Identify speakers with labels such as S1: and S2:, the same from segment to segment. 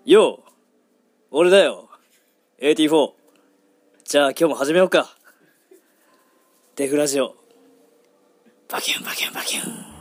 S1: よう、俺だよ AT4。 じゃあ今日も始めようか。デフラジオ。バキュンバキュンバキュン。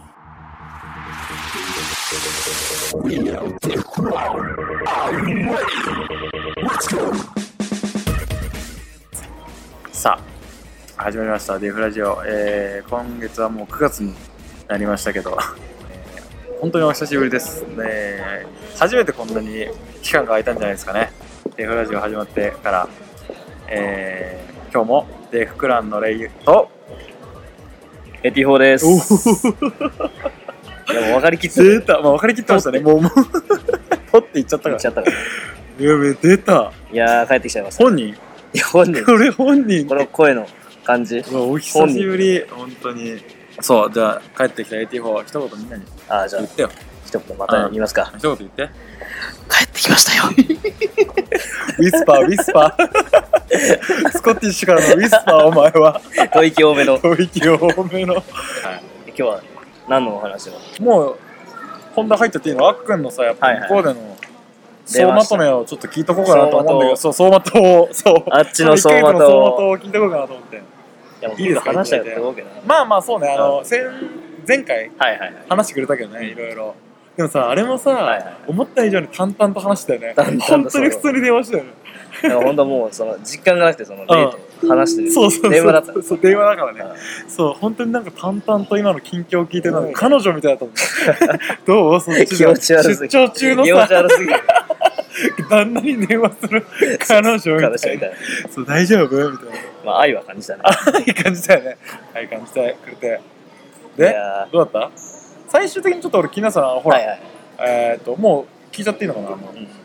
S2: さあ始まりましたデフラジオ、今月はもう9月になりましたけど、本当にお久しぶりですね。初めてこんなに期間が空いたんじゃないですかね、デフラジオ始まってから。今日もデフクランのレイと
S1: AT4 です。でも分かりきって
S2: 出た、分かりきってましたね。もう取って言っちゃったから。やべ、出た。
S1: いやー、帰ってきちゃいました。
S2: 本人？い
S1: や、本人。
S2: これ本人。
S1: この声の感じ。
S2: お久しぶり、本当に。そう、じゃあ帰ってきた AT4 一言みんなに
S1: じゃあ
S2: 言ってよ。
S1: 一言また言いますか。
S2: 一言言って。
S1: 帰ってきましたよ。
S2: ウィスパースコティッシュからのウィスパー、お前は
S1: 吐息多めの。
S2: 吐息多めの、
S1: 今日は何のお話を？
S2: もう本題入っちゃっていいの？あっくんのさ、やっぱ向こうでの総まとめをちょっと聞いとこうかなと思うんだけど、そう総まとを、そう
S1: あっちの総まと
S2: を聞いとこうかなと思って。
S1: いいですか？話したよって思うけど。
S2: まあそうね、前回話してくれたけどね、いろいろ。でもさ、あれもさ、思った以上に淡々と話したよね。本当に普通に電話したよね。
S1: 本当もうその実感がなくて、そのデート話してる。
S2: そう
S1: 電話だった。
S2: そう電話だからね。そう本当になんか淡々と今の近況を聞いて、なんか彼女みたいだと思う。どう？そっち
S1: 気持ち悪すぎ。
S2: 出張中のさ、旦那に電話する彼女みたいな。そう大丈夫みたいな。
S1: まあ愛は感じたね。
S2: 愛感じたよね。愛感じてくれて。で、どうだった？最終的にちょっと俺気になったのは、ほら、もう聞いちゃっていいのかな？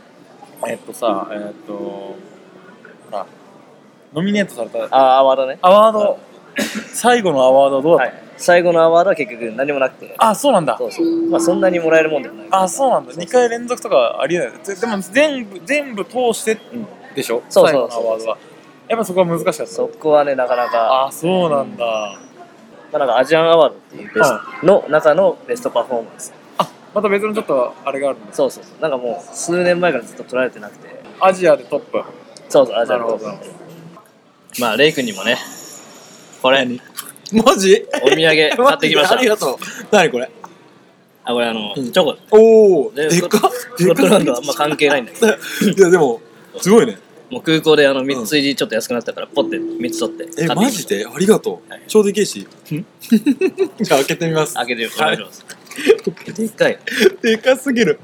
S2: ほら、ノミネートされた
S1: アワードね。
S2: アワード、最後のアワードどうだった？
S1: 最後のアワードは結局何もなくて。
S2: あ、そうなんだ。
S1: そうそう。まあそんなにもらえるもんでもない。
S2: あ、そうなんだ。2回連続とかありえない。でも全部通してでしょ？
S1: そう
S2: 最後のアワードは。やっぱそこは難しかった。
S1: そこはね、なかなか。
S2: あ、そうなんだ。
S1: まあなんかアジアンアワードっていうベストの中のベストパフォーマンス。
S2: あ、また別のちょっとあれがあるんだ。
S1: そうそう。なんかもう数年前からずっと取られてなくて。
S2: アジアでトップ。
S1: そうそう、アジアでトップ。まあレイ君にもね、これ
S2: マジ？
S1: お土産買ってきました。
S2: ありがとう。何これ？
S1: あ、これチョコ。
S2: おお、でっか。
S1: スコットランドはあんま関係ないんだけど。
S2: いやでもすごいね。
S1: もう空港で3つ入りちょっと安くなったからポッて3つ取って。
S2: マジで？ありがとう。ちょうどいけし。じゃあ開けてみます。
S1: 開けてみます。でっかい。
S2: でかすぎる。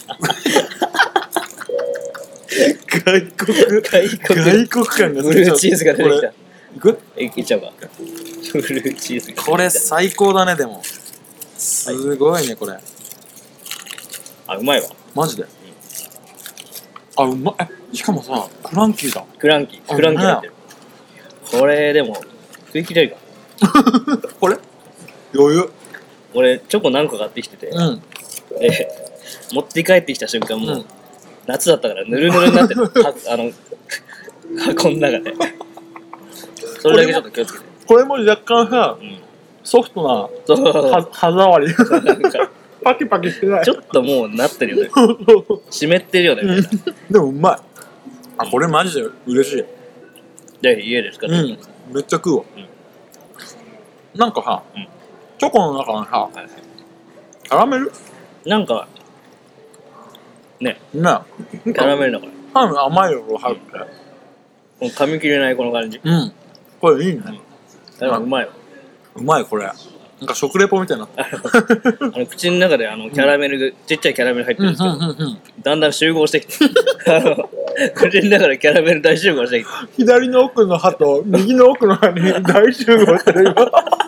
S2: 外国感が
S1: ブルーチーズが出てきた。
S2: いく？
S1: いっちゃうか。ブルーチーズ。
S2: これ最高だね。でもすごいねこれ。
S1: あ、うまいわ。
S2: マジで。あ、うまい。しかもさ、クランキーだ。
S1: クランキー入ってる。これでも食い切れるか。
S2: これ余裕。俺
S1: チョコ何個買ってきてて、で持って帰ってきた瞬間もう夏だったからぬるぬるになってる。箱の中で。それだけちょっと気をつけて。
S2: これも若干さ、ソフトな歯触り。パキパキしてない。
S1: ちょっともうなってるよね。湿ってるよね。
S2: でもうまい。あ、これマジで嬉しい。
S1: で、家ですか？
S2: めっちゃ食うわ。なんかさ、チョコの中のさ、キャラメル？なんかね、キャラメルだから。甘いよ、入って。もう噛み切れないこの感じ。これいいね。うまいわ。うまいこれ。なんか食レポみたいになった口の中でキャラメルが、ちっちゃいキャラメル入ってるんですけど、だんだん集合してきて口の中でキャラメル大集合してきて、左の奥の歯と右の奥の歯に大集合してるよ。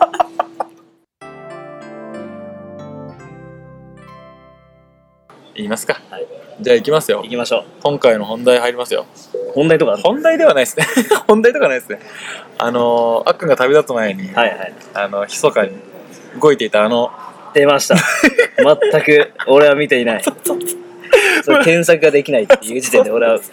S2: 言いますか。じゃあ行きますよ。行きましょう。今回の本題入りますよ。本題とか？本題ではないですね。本題とかないですね。あっくんが旅立つ前に、密かに動いていた出ました。全く俺は見ていない。それ検索ができないっていう時点で俺は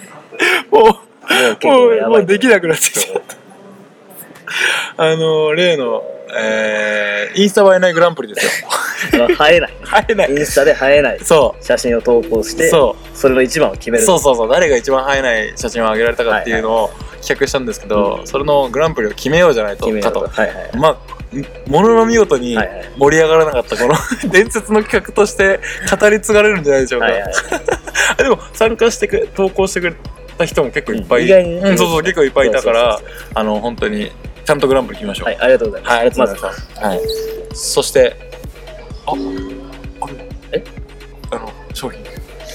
S2: もうできなくなってきた。例のインスタ映えないグランプリですよ。
S1: 映えない。
S2: 映えない。
S1: インスタで映えない
S2: そ
S1: 写真を投稿して、それの一番を決める。
S2: そう。誰が一番映えない写真を上げられたかっていうのを企画したんですけど、それのグランプリを決めようじゃないとかと。まあものの見事に盛り上がらなかったこの伝説の企画として語り継がれるんじゃないでしょうか。でも参加して投稿してくれた人も結構いっぱい、そう結構いっぱいいたから、本当にちゃんとグランプリ決めましょう。はい、
S1: ありがとうございます。
S2: はい、ありがとうございます。はい。そして商品。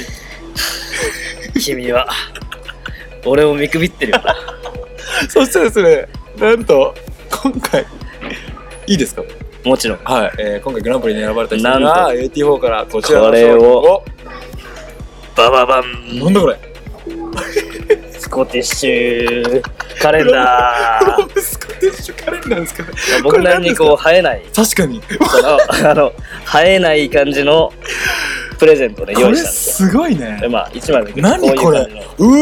S1: 君は俺を見くびってるよな。
S2: そしてですね、なんと今回いいですか？
S1: もちろん。
S2: はい。今回グランプリに選ばれた人が AT4 からこちら
S1: の商品をバババン。
S2: なんだこれ？
S1: スコティッシュカレンダー。
S2: スコティッシュカレンダーですかね。
S1: 僕なりにこう映えない。
S2: 確かに。
S1: 映えない感じのプレゼントね用意したんです
S2: よ。すごいね。
S1: まあ1枚だけ。
S2: 何これ？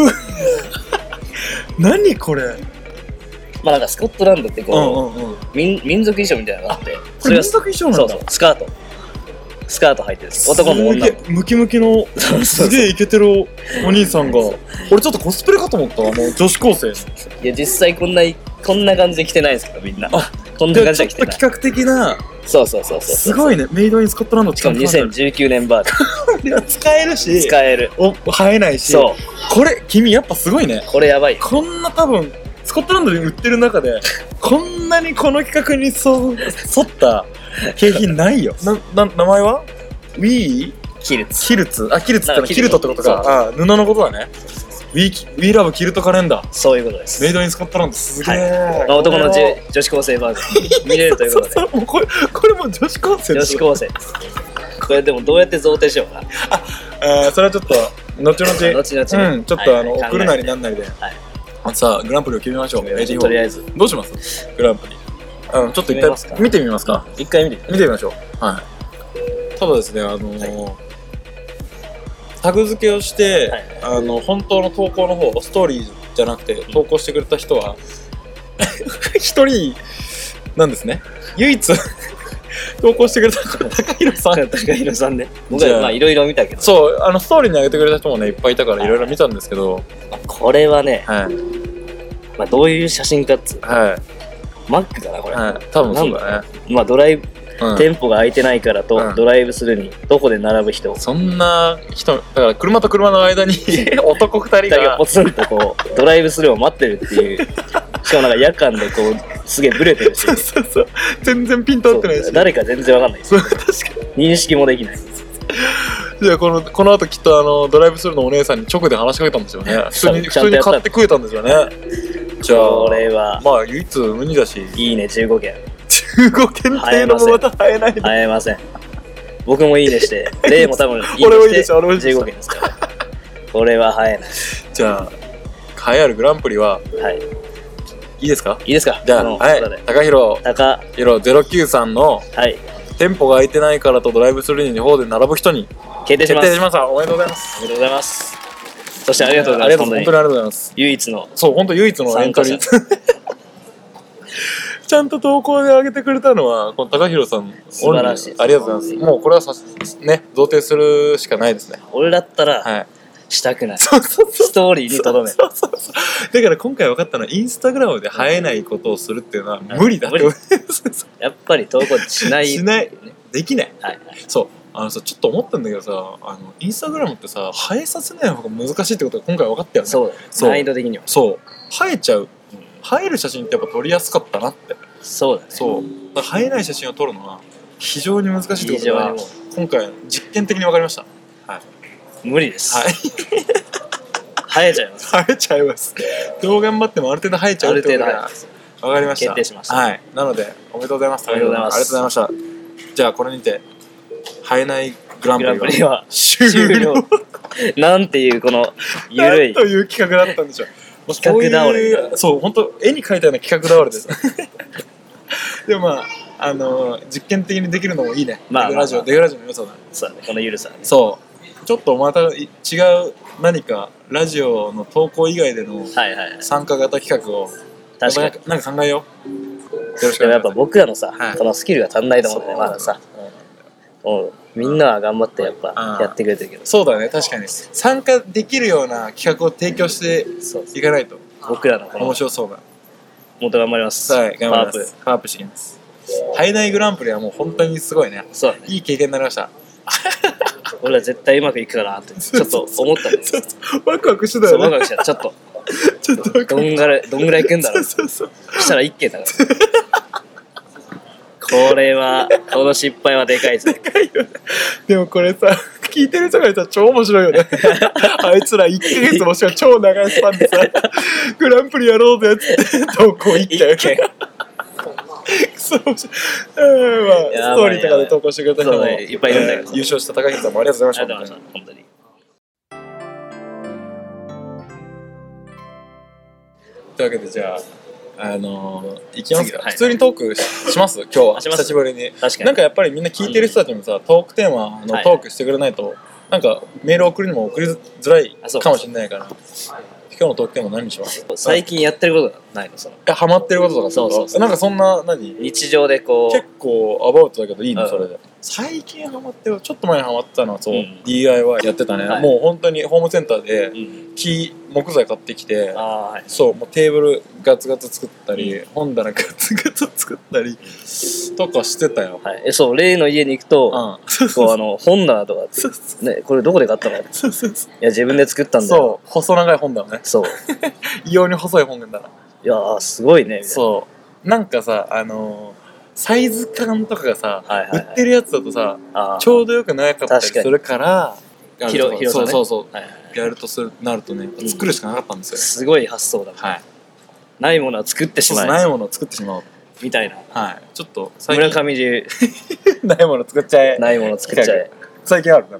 S2: 何これ？
S1: まあなんかスコットランドってこう民族衣装みたいなのがあって、
S2: それ民族衣装なんだ。
S1: そうスカート履いてるんです。男も女も
S2: ムキムキのすげえイケてるお兄さんが、俺ちょっとコスプレかと思った。女子高生。
S1: いや実際こんな感じで着てないですけどみんな。こんな感じで着てない。
S2: ちょっと企画的な。そう。すごいね。メイドインスコットランド。
S1: しかも2019年バージョン。
S2: 使えるし。映えないし。
S1: そう。
S2: これ君やっぱすごいね。
S1: これやばい。
S2: こんな多分スコットランドで売ってる中でこんなにこの企画に沿った景品ないよ。名前は
S1: キルツ。
S2: キルツってのはキルトってことか。布のことだね。We love キルトカレンダー。
S1: そういうことです。
S2: メイドインスコットランドすげえ。
S1: 男の女子高生バージョン見れるということで。
S2: そうこれも女子高生。
S1: 女子高生です。これでもどうやって贈呈しようか
S2: な。それはちょっと後々ちょっと送るなりなんなりで。さあグランプリを決めましょう。
S1: とりあえず
S2: どうしますグランプリ。ちょっと一回見てみますか。
S1: 一回見て
S2: みましょう。はい。ただですねタグ付けをして、本当の投稿の方ストーリーじゃなくて投稿してくれた人は一人なんですね。唯一投稿してくれた高弘
S1: さんね。僕はまあいろいろ見たけど、
S2: そうストーリーに上げてくれた人もねいっぱいいたからいろいろ見たんですけど、
S1: これはね、まあどういう写真かっつうと、マックかなこれ。
S2: 多分そうだね。
S1: まあドライブ店舗が空いてないからとドライブスルーにどこで並ぶ人。
S2: そんな人だから車と車の間に男2人が
S1: ポツンとこうドライブスルーを待ってるっていう。しかもなんか夜間でこうすげえブレてるし。
S2: そう全然ピント合ってないし。
S1: 誰か全然わかんないです。
S2: 確か
S1: に認識もできない。
S2: じゃあこの後きっとドライブスルーのお姉さんに直で話しかけたんですよね。普通に買ってくれたんですよね。じゃあ
S1: これは
S2: まあ唯一無二だし。
S1: いいね15件。
S2: 15件っていうのもまた映えないね。
S1: 映えません。僕もいいねして、例も多分いいねして15件ですから。これは映えない。
S2: じゃあ栄えあるグランプリは、いいですか？
S1: いいですか？
S2: じゃあ高弘093の店舗が空いてないからとドライブスルーに方で並ぶ人に
S1: 決定します。
S2: おめでとうございます。
S1: おめでとうございます。そしてありがとうございます。
S2: 本当にありがとうございます。
S1: 唯一の
S2: 本当唯一のエントリー。ちゃんと投稿で上げてくれたのはこの高弘さん。
S1: 素晴らしい。
S2: ありがとうございます。もうこれはね贈呈するしかないですね。
S1: 俺だったらしたくない。ストーリーにとどめ。
S2: だから今回分かったのはインスタグラムで映えないことをするっていうのは無理だって。
S1: やっぱり投稿しない。
S2: できない。そうちょっと思ったんだけどさインスタグラムってさ映えさせない方が難しいってことが今回分かったよね。
S1: そう難易度的には
S2: 映えちゃう。映える写真ってやっぱ撮りやすかったなって。
S1: そうだね。
S2: だから映えない写真を撮るのは非常に難しいってことが今回実験的に分かりました。
S1: 無理です。映えちゃいます。
S2: 映えちゃいます。どう頑張ってもある程度映えちゃうってことが分かりました。
S1: 決定しました。
S2: なのでおめでとうございます。
S1: ありがとうございます。
S2: ありがとうございました。じゃあこれにて映えないグランプリは終了。
S1: なんていうこのゆるい。
S2: なんという企画だったんでしょう。
S1: 企画倒れ。
S2: そう本当絵に描いたような企画倒れです。でもまあ実験的にできるのもいいね。デグラジオの良さだ。
S1: そうだねこのゆるさ。
S2: そうちょっとまた違う何かラジオの投稿以外での参加型企画をなんか考えよう。よろしくお願いします。
S1: でもやっぱ僕らのさこのスキルが足んないと思うんだよねまださ。 みんなは頑張ってやっぱやってくれてるけど。
S2: そうだね、確かに参加できるような企画を提供していかないと
S1: 僕らの
S2: 面白そうな。
S1: もっと頑張ります。
S2: はい、頑張ります。パワーアップしてきます。体内グランプリはもう本当にすごいね。
S1: そうだね。
S2: いい経験になりました。
S1: 俺は絶対うまくいくかなってちょっと思ったけど。
S2: ワクワクしてたよね。
S1: ワクワクしてた。ちょっとどんぐらいいくんだろう。そしたら1件だから。この失敗はでかいぞ。
S2: でかいよね。でもこれさ、聞いてる人がいたら超面白いよね。あいつら1ヶ月もしくは超長いスパンでさ、グランプリやろうぜっつって投稿1件。そう面白い。ストーリーとかで投稿してくれた人も
S1: いっぱいいるんだけど、
S2: 優勝した高木さんもありがとうございました。
S1: 本当に。
S2: というわけでじゃあいきますか。普通にトークします今日は久しぶりに。
S1: 確かに
S2: なんかやっぱりみんな聞いてる人たちもさ、トークテーマのトークしてくれないとなんかメール送るにも送りづらいかもしれないから、今日のトークテーマ何にします？
S1: 最近やってることがないの？その
S2: ハマってることとか。そうなんかそんな
S1: 日常でこう
S2: 結構アバウトだけどいいのそれで。最近ハマってる、ちょっと前にハマってたのはDIY やってたね。もう本当にホームセンターで木材買ってきて、そうもうテーブルガツガツ作ったり、本棚ガツガツ作ったりとかしてたよ。
S1: そう例の家に行くと本棚とかね、これどこで買ったの？いや自分で作ったんだよ。
S2: そう細長い本棚ね。そう異様に細い本棚。
S1: いやすごいね。
S2: そうなんかさサイズ感とかがさ、売ってるやつだとさちょうどよくなかったりするから
S1: 広さね。
S2: そうやるとなるとね作るしかなかったんですよ。
S1: すごい発想だ。ないものは作ってしまう。
S2: ないものを作ってしまう
S1: みたいな。
S2: ちょっと
S1: 村上流
S2: ないもの作っちゃえ。
S1: ないもの作っちゃえ。
S2: 最近あるな。い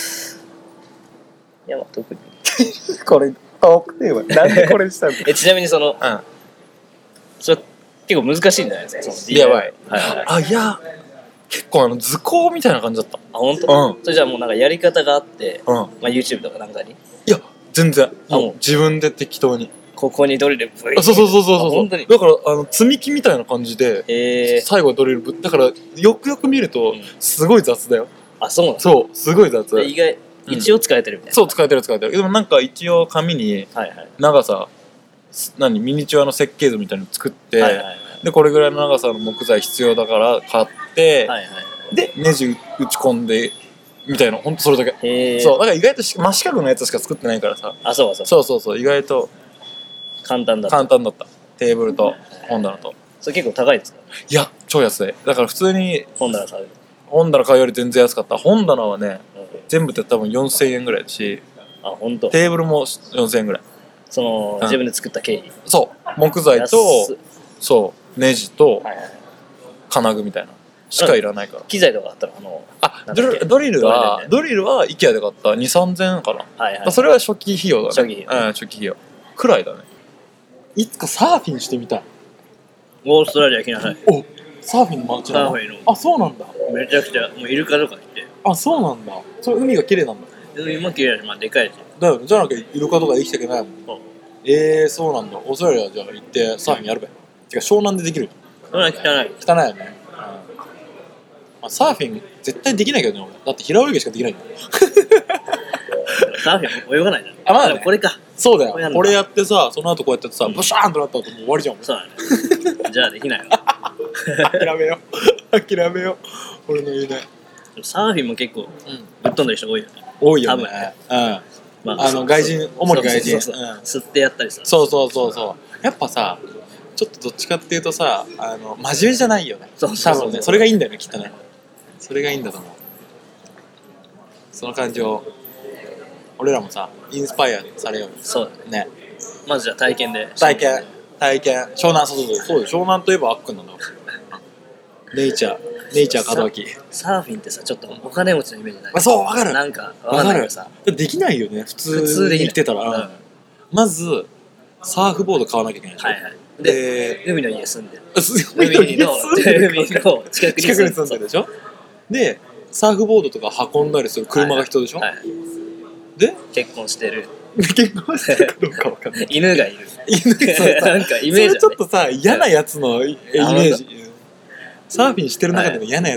S1: やまあ特に
S2: これトークテーマなんでこれしたの？
S1: ちなみにそれ結構難しいんじゃないですか、その
S2: DIY。いや結構図工みたいな感じだった。
S1: 本当？それじゃあもうなんかやり方があって、YouTube とかなんかに？
S2: いや全然自分で適当に
S1: ここにドリルブイ。
S2: そう本当に。だから積み木みたいな感じで最後はドリルブだからよくよく見るとすごい雑だよ。
S1: そうなの？
S2: そうすごい雑。
S1: 意外一応使えてるみたいな。
S2: そう使えてる。でもなんか一応紙に長さミニチュアの設計図みたいなの作って、でこれぐらいの長さの木材必要だから買って、でネジ打ち込んでみたいな、ほんとそれだけ。そうだから意外と真四角のやつしか作ってないからさ。そう意外と簡単だった。テーブルと本棚と。
S1: それ結構高いですか？
S2: いや超安い。だから普通に
S1: 本棚
S2: 買うより全然安かった。本棚はね全部で多分4000円ぐらいだし、
S1: 本当。
S2: テーブルも4000円ぐらい。
S1: 自分で作った経費。
S2: そう木材とネジと金具みたいなしかいらないから。
S1: 機材とかあったら
S2: ドリルは IKEA で買った 2,3000 円かな。それは初期費用だね。初期費用くらいだね。いつかサーフィンしてみたい。
S1: オーストラリア行きなさい。
S2: サーフィンの街なの？そうなんだ。
S1: めちゃくちゃもうイルカとかいて。
S2: そうなんだ。それ海が綺麗なんだ。
S1: 海も綺麗だし、でかいし。
S2: だよね。じゃなきゃイルカとか生きていけないもん。そうなんだ。オーストラリアじゃあ行ってサーフィンやるべ。てか湘南でできる。
S1: そんな汚
S2: いよね。サーフィン絶対できないけどね俺。だって平泳ぎしかできないんだよ。
S1: サーフィン泳がないじゃん。
S2: まあね。
S1: これか。
S2: そうだよ。これやってさ、その後こうやってさ、ブシャーンとなった後もう終わりじゃん。
S1: そうだね。じゃあできないわ。
S2: 諦めよう。俺の言うね。
S1: サーフィンも結構ぶっ飛んでる人多いよね。
S2: 多いよね。外人、主に外人。
S1: 吸ってやったりさ。
S2: そう。やっぱさ、ちょっとどっちかっていうとさ、真面目じゃないよね。多分ね、それがいいんだよね、きっとね。それがいいんだと思う。その感じを俺らもさインスパイアされよう。
S1: そうだ
S2: ね。
S1: まずじゃあ体験で。
S2: 体験湘南。そう湘南といえばあっくんなんだ。ネイチャー門脇。
S1: サーフィンってさちょっとお金持ちのイメージない？
S2: そうわかる。
S1: なんかわかんないけどさ
S2: できないよね普通で生きてたら。まずサーフボード買わなきゃいけないでしょ。
S1: で海の家住んでる。
S2: 海の
S1: 近くに
S2: 住んでるでしょ。でサーフボードとか運んだりする車が必要でしょ。で
S1: 結婚してる。
S2: 結婚してるかどうかわかんない。
S1: 犬がいる。
S2: なんかイメージ。それちょっとさ嫌なやつのイメージ。サーフィンしてる中でも嫌なやつの。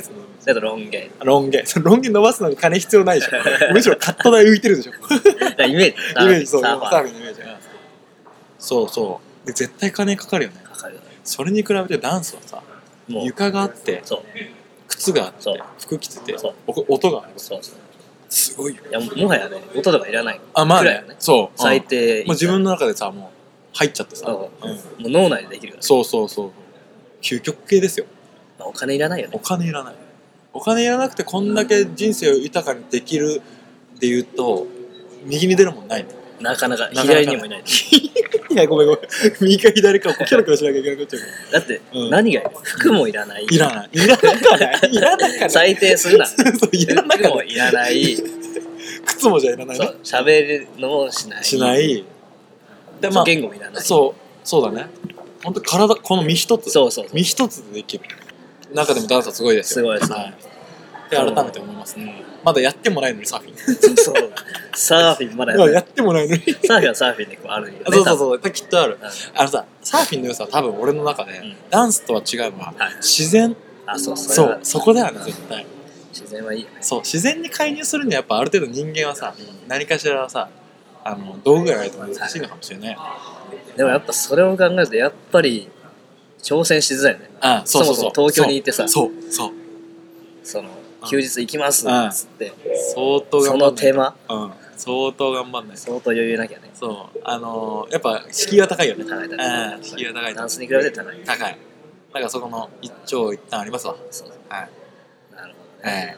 S1: あとロン毛。
S2: ロン毛伸ばすのに金必要ないでしょ。むしろカット代浮いてるでしょ。
S1: イメージ、
S2: そう、
S1: サーファー
S2: サーフィンのイメージ。そうそうで絶対金かかるよね。
S1: かかるよね。
S2: それに比べてダンスはさ、
S1: もう
S2: 床があって
S1: そう
S2: 靴があって
S1: そう
S2: 服着てて
S1: そう
S2: 音がある。
S1: そうそう。
S2: すごいよ。
S1: いやもはやね音とかいらない。
S2: あ、まあ
S1: くらい
S2: ね。そう。
S1: 最低。
S2: もう自分の中でさ、もう入っちゃってさ。
S1: もう脳内でできるから。
S2: そうそうそう。究極系ですよ。
S1: お金いらないよね。
S2: お金いらない。お金いらなくてこんだけ人生を豊かにできるで言うと、右に出るもんないね。
S1: なかなか左にもいない。
S2: いや、ごめん。右か左かをキャラクラしなきゃいけなくなっちゃうから。
S1: だって何がいる？服もいらない。
S2: いらない。いらなかない。いらなかない。
S1: 最低するな。
S2: そういらなか
S1: 服もいらない。
S2: 靴もじゃいらないね。
S1: 喋るのもしない。
S2: しない。
S1: で、まあ、言語もいらない。
S2: そうだね。本当体、この身一つ。
S1: そう。
S2: 身一つでできる。中でもダンスはすごいですよ。
S1: すごいです。
S2: はい。で、改めて思いますね。まだやってもないのにサーフィン。
S1: そう。サーフィンまだ
S2: やってもないのに。
S1: サーフィンはサーフィンであるよね。
S2: そう。きっとある。さ、サーフィンの良さは多分俺の中で、ダンスとは違うのは、自然。そこだよね、絶対。
S1: 自然はいいよね。
S2: そう、自然に介入するにはやっぱある程度人間はさ、何かしらさ、道具がないと難しいのかもしれない。
S1: でもやっぱそれを考えるとやっぱり挑戦しづらいよね。
S2: そう。
S1: そもそも東京にいてさ、
S2: その
S1: 休日行きますっつって
S2: 相当頑張んない。
S1: その手間、
S2: 相当頑張んない。
S1: 相当余裕なきゃね。
S2: そう、やっぱ敷居が高いよね。
S1: 高い。
S2: 敷居が高い。
S1: ダンスに比べて高い。
S2: なんかそこの一長一短ありますわ。
S1: そう。
S2: はい。
S1: なるほどね。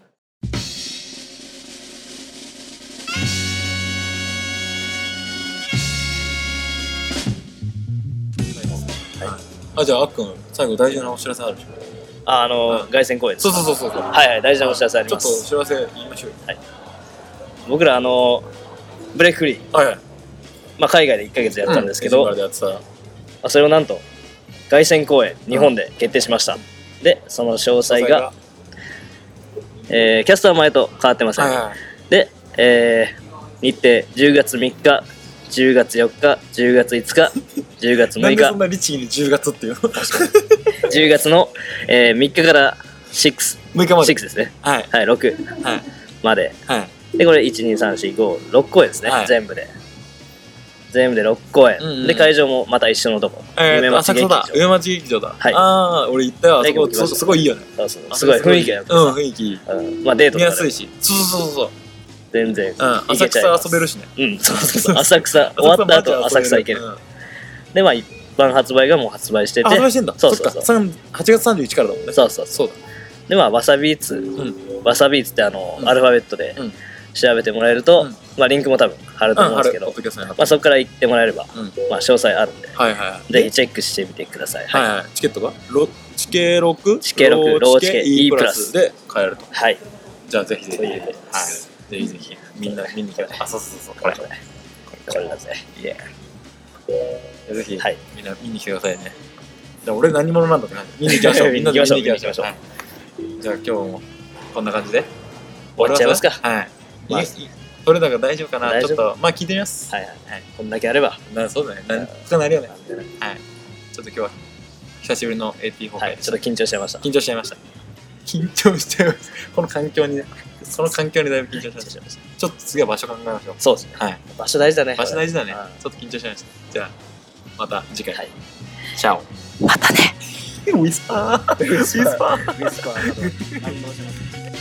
S2: じゃああっくん最後大事なお知らせあるでしょ。
S1: 凱旋公演です。
S2: そう。
S1: はい大事なお知らせあります。
S2: ちょっとお知らせ言いましょうよ。
S1: はい。僕らブレイクフリー。
S2: はい。
S1: まあ海外で1ヶ月やったんですけど、それをなんと凱旋公演日本で決定しました。でその詳細がキャスター前と変わってません。で日程10月3日、10月4日、10月5日、10月6日。
S2: なんでそんな律儀に10月っていうの
S1: ？10月の、3日から6
S2: まで
S1: 6ですね。はい、6まで。で、これ、1、2、3、4、5、6公演ですね、全部で。6公演。で、会場もまた一緒のとこ。
S2: 上町劇場だ。俺行ったよ。すごいいいよね。
S1: すごい雰囲気がよくてさ。
S2: 雰囲気。
S1: まあ、デートとか
S2: 見やすいし。そう。
S1: 全然
S2: 浅草遊べるしね。
S1: そう浅草終わった後浅草行ける。でまあ一般発売がもう発売してて、
S2: 発売してんだ。そう8月31日からだもんね。
S1: そうだ。でまあわさビーツってアルファベットで調べてもらえると、まあリンクも多分貼ると思うんですけど、まあそこから行ってもらえればまあ詳細あるんで、ぜひチェックしてみてください。
S2: チケットがチケ6ローチケ E プラスで買えると。じゃあぜひぜひみんな見に来て。そうこれ
S1: だぜ。
S2: ぜひみんな見に来てくださいね。じゃあ俺何者なんだって感じ。見に行きましょう。みんなで見に行きましょう。じゃあ今日もこんな感じで
S1: 終わっちゃいますか。
S2: それだから大丈夫かな。ちょっとまあ聞いてみます。
S1: こんだけあれば。
S2: そうだね。なんとかなるよね。ちょっと今日は久しぶりの AT 放送。
S1: ちょっと緊張しちゃいました。
S2: この環境にだいぶ緊張しました。ちょっと次は場所考えましょう。
S1: そうですね。場所大事だね。
S2: ちょっと緊張しました。じゃあまた次回。チャオ。
S1: またね。
S2: ウィスパー。
S1: 反応します。